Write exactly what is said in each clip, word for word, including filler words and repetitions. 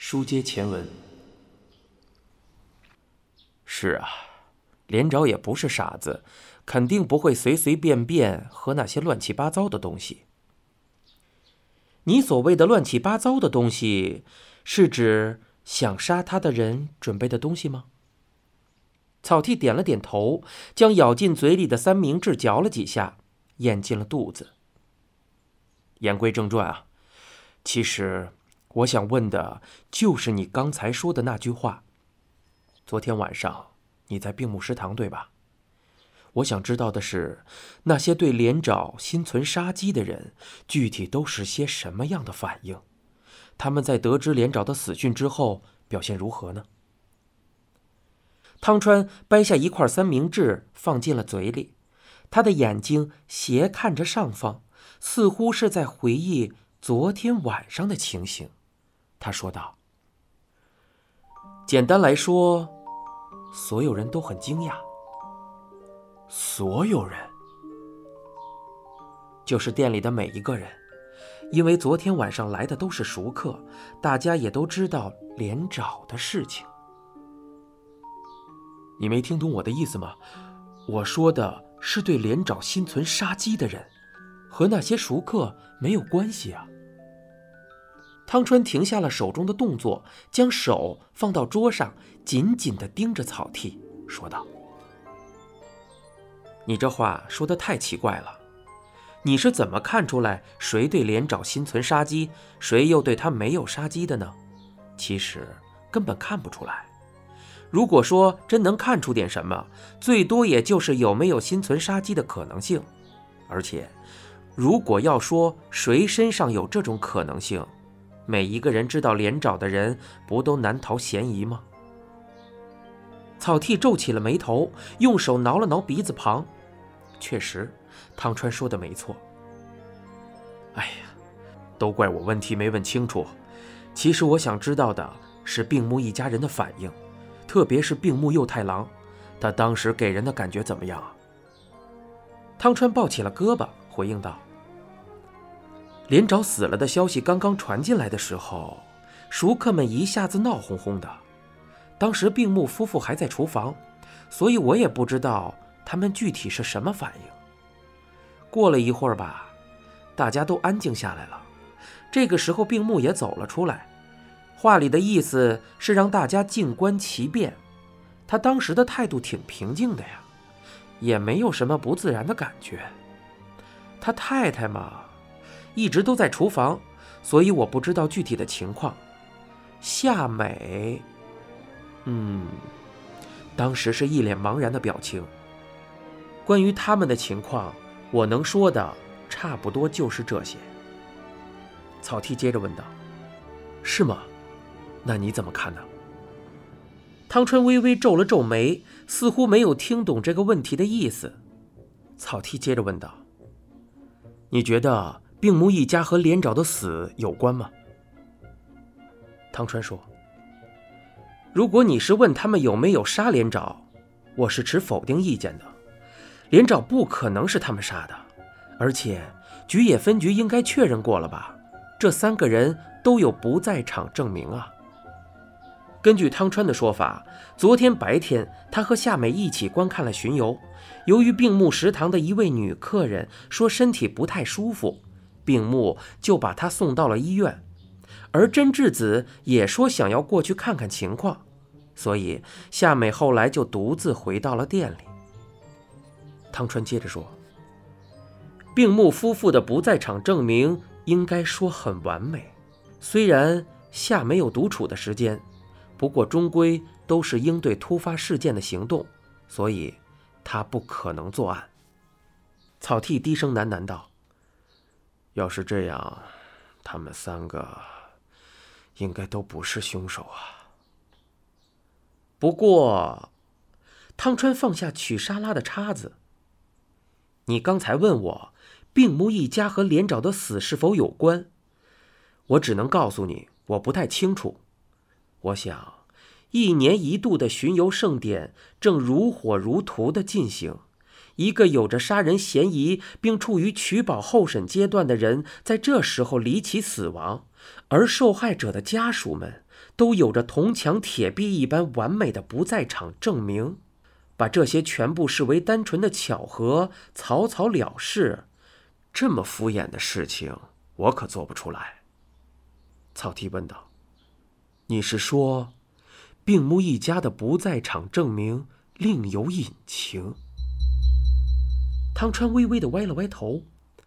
书接前文。是啊，连长也不是傻子，肯定不会随随便便喝那些乱七八糟的东西。你所谓的乱七八糟的东西，是指想杀他的人准备的东西吗？草剃点了点头，将咬进嘴里的三明治嚼了几下，咽进了肚子。言归正传啊，其实我想问的就是你刚才说的那句话。昨天晚上你在病木食堂对吧？我想知道的是，那些对连长心存杀机的人具体都是些什么样的反应？他们在得知连长的死讯之后表现如何呢？汤川掰下一块三明治放进了嘴里，他的眼睛斜看着上方，似乎是在回忆昨天晚上的情形。他说道：简单来说，所有人都很惊讶。所有人？就是店里的每一个人，因为昨天晚上来的都是熟客，大家也都知道连长的事情。你没听懂我的意思吗？我说的是对连长心存杀机的人，和那些熟客没有关系啊。汤川停下了手中的动作，将手放到桌上，紧紧地盯着草剃，说道：你这话说得太奇怪了，你是怎么看出来谁对连长心存杀机，谁又对他没有杀机的呢？其实根本看不出来。如果说真能看出点什么，最多也就是有没有心存杀机的可能性。而且如果要说谁身上有这种可能性，每一个人知道连长的人不都难逃嫌疑吗？草剃皱起了眉头，用手挠了挠鼻子旁。确实，汤川说的没错。哎呀，都怪我问题没问清楚。其实我想知道的是病木一家人的反应，特别是病木佑太郎，他当时给人的感觉怎么样啊？汤川抱起了胳膊，回应道：连长死了的消息刚刚传进来的时候，熟客们一下子闹哄哄的。当时病木夫妇还在厨房，所以我也不知道他们具体是什么反应。过了一会儿吧，大家都安静下来了。这个时候病木也走了出来，话里的意思是让大家静观其变。他当时的态度挺平静的呀，也没有什么不自然的感觉。他太太嘛，一直都在厨房，所以我不知道具体的情况。夏美，嗯，当时是一脸茫然的表情。关于他们的情况，我能说的差不多就是这些。草剃接着问道：是吗？那你怎么看呢？汤川微微皱了皱眉，似乎没有听懂这个问题的意思。草剃接着问道：你觉得病木一家和连长的死有关吗？汤川说：如果你是问他们有没有杀连长，我是持否定意见的。连长不可能是他们杀的，而且菊野分局应该确认过了吧，这三个人都有不在场证明啊。根据汤川的说法，昨天白天他和夏美一起观看了巡游，由于病木食堂的一位女客人说身体不太舒服，病木就把她送到了医院，而真智子也说想要过去看看情况，所以夏美后来就独自回到了店里。汤川接着说：病木夫妇的不在场证明应该说很完美，虽然夏没有独处的时间，不过终归都是应对突发事件的行动，所以他不可能作案。草剃低声喃喃道：要是这样，他们三个应该都不是凶手啊。不过，汤川放下取沙拉的叉子，你刚才问我病木一家和连长的死是否有关，我只能告诉你，我不太清楚。我想一年一度的巡游盛典正如火如荼地进行，一个有着杀人嫌疑并处于取保候审阶段的人在这时候离奇死亡，而受害者的家属们都有着铜墙铁壁一般完美的不在场证明，把这些全部视为单纯的巧合，草草了事，这么敷衍的事情，我可做不出来。草剃问道：“你是说，病木一家的不在场证明另有隐情？”汤川微微的歪了歪头。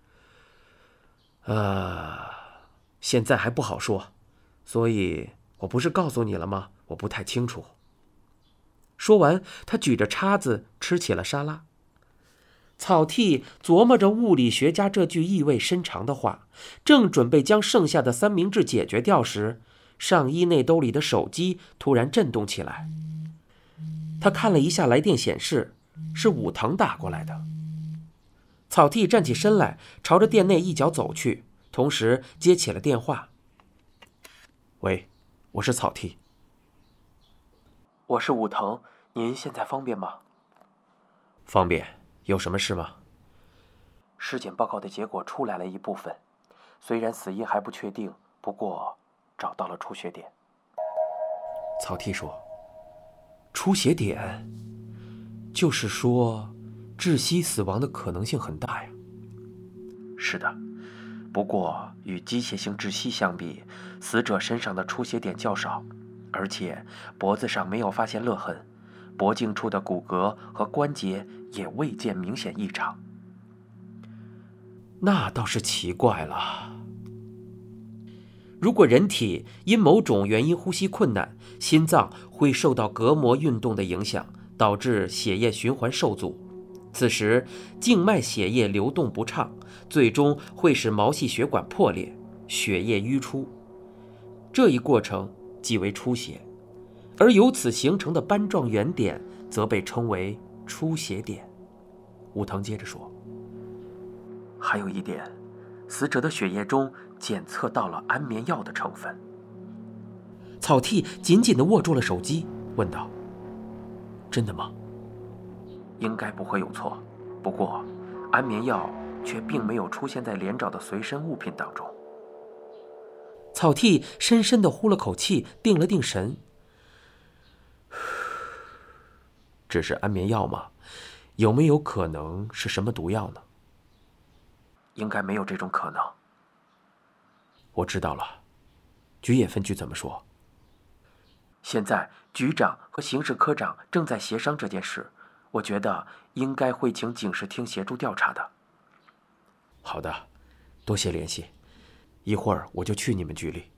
呃，现在还不好说，所以我不是告诉你了吗？我不太清楚。说完，他举着叉子吃起了沙拉。草剃琢磨着物理学家这句意味深长的话，正准备将剩下的三明治解决掉时，上衣内兜里的手机突然震动起来。他看了一下来电显示，是武藤打过来的。草剃站起身来，朝着店内一角走去，同时接起了电话。喂，我是草剃。我是武藤，您现在方便吗？方便，有什么事吗？尸检报告的结果出来了一部分，虽然死因还不确定，不过找到了出血点。草剃说：“出血点，就是说窒息死亡的可能性很大呀。”是的，不过与机械性窒息相比，死者身上的出血点较少，而且脖子上没有发现勒痕，脖颈处的骨骼和关节也未见明显异常。那倒是奇怪了。如果人体因某种原因呼吸困难，心脏会受到隔膜运动的影响，导致血液循环受阻，此时静脉血液流动不畅，最终会使毛细血管破裂，血液淤出。这一过程即为出血，而由此形成的斑状圆点则被称为出血点。武藤接着说：“还有一点，死者的血液中检测到了安眠药的成分。”草剃紧紧地握住了手机，问道：“真的吗？”应该不会有错，不过安眠药却并没有出现在连长的随身物品当中。草剃深深地呼了口气，定了定神。只是安眠药吗？有没有可能是什么毒药呢？应该没有这种可能。我知道了。菊野分局怎么说？现在局长和刑事科长正在协商这件事，我觉得应该会请警视厅协助调查的。好的，多谢联系，一会儿我就去你们局里。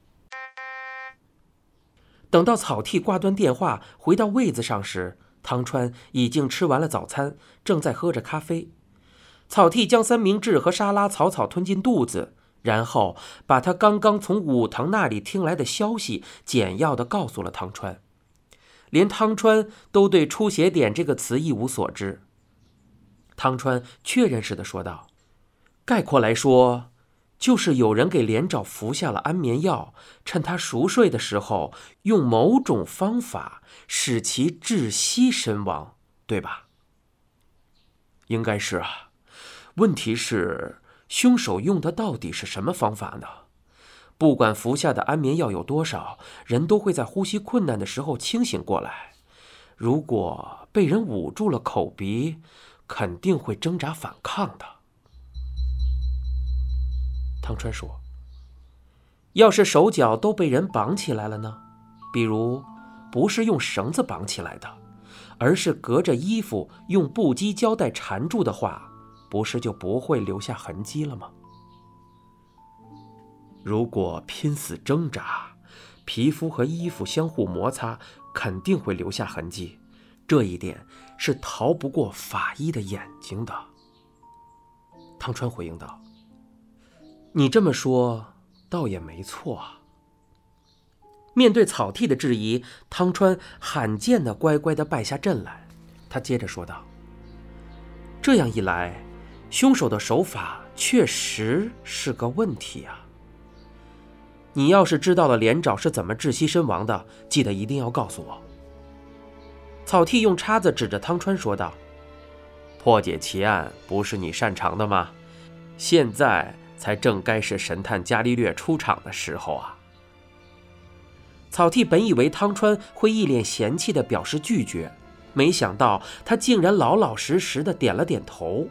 等到草剃挂断电话回到位子上时，汤川已经吃完了早餐，正在喝着咖啡。草剃将三明治和沙拉草草吞进肚子，然后把他刚刚从武藤那里听来的消息简要地告诉了汤川。连汤川都对出血点这个词一无所知。汤川确认似的说道：“概括来说，就是有人给连长服下了安眠药，趁他熟睡的时候，用某种方法使其窒息身亡，对吧？”应该是啊。问题是，凶手用的到底是什么方法呢？不管服下的安眠药有多少，人都会在呼吸困难的时候清醒过来。如果被人捂住了口鼻，肯定会挣扎反抗的。汤川说：“要是手脚都被人绑起来了呢？比如，不是用绳子绑起来的，而是隔着衣服用布基胶带缠住的话，不是就不会留下痕迹了吗？如果拼死挣扎，皮肤和衣服相互摩擦，肯定会留下痕迹，这一点是逃不过法医的眼睛的。”汤川回应道：“你这么说，倒也没错啊。”面对草剃的质疑，汤川罕见的乖乖的败下阵来。他接着说道：“这样一来，凶手的手法确实是个问题啊。你要是知道了连长是怎么窒息身亡的，记得一定要告诉我。”草剃用叉子指着汤川说道：“破解奇案不是你擅长的吗？现在才正该是神探伽利略出场的时候啊。” 草剃本以为汤川会一脸嫌弃地表示拒绝，没想到他竟然老老实实地点了点头。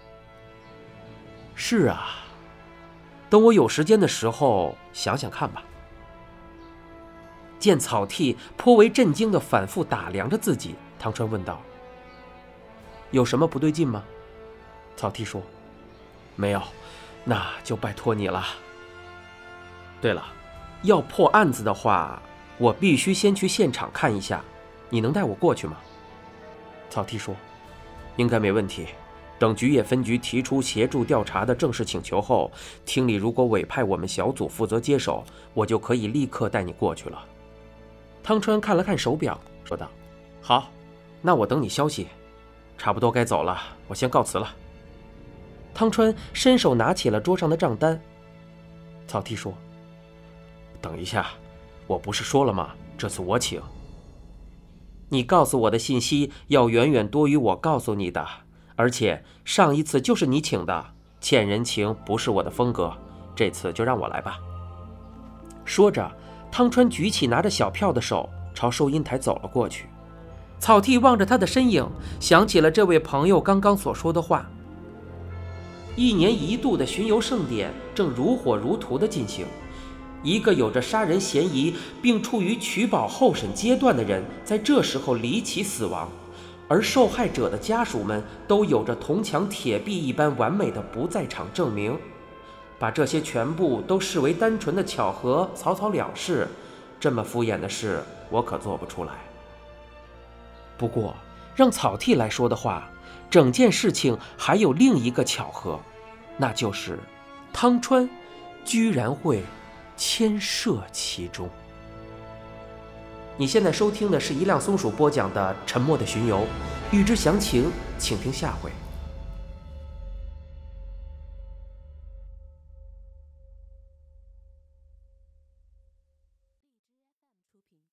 是啊，等我有时间的时候想想看吧。见草剃颇为震惊地反复打量着自己，汤川问道：有什么不对劲吗？草剃说：没有，那就拜托你了。对了，要破案子的话，我必须先去现场看一下，你能带我过去吗？草剃说：应该没问题，等菊野分局提出协助调查的正式请求后，厅里如果委派我们小组负责接手，我就可以立刻带你过去了。汤川看了看手表，说道：好，那我等你消息，差不多该走了，我先告辞了。汤川伸手拿起了桌上的账单。草剃说：等一下，我不是说了吗？这次我请。你告诉我的信息要远远多于我告诉你的，而且上一次就是你请的，欠人情不是我的风格，这次就让我来吧。说着，汤川举起拿着小票的手，朝收银台走了过去。草剃望着他的身影，想起了这位朋友刚刚所说的话。一年一度的巡游盛典正如火如荼地进行，一个有着杀人嫌疑并处于取保候审阶段的人在这时候离奇死亡，而受害者的家属们都有着铜墙铁壁一般完美的不在场证明。把这些全部都视为单纯的巧合，草草了事，这么敷衍的事我可做不出来。不过让草剃来说的话，整件事情还有另一个巧合，那就是汤川居然会牵涉其中。你现在收听的是一辆松鼠播讲的《沉默的巡游》，欲知详情，请听下回。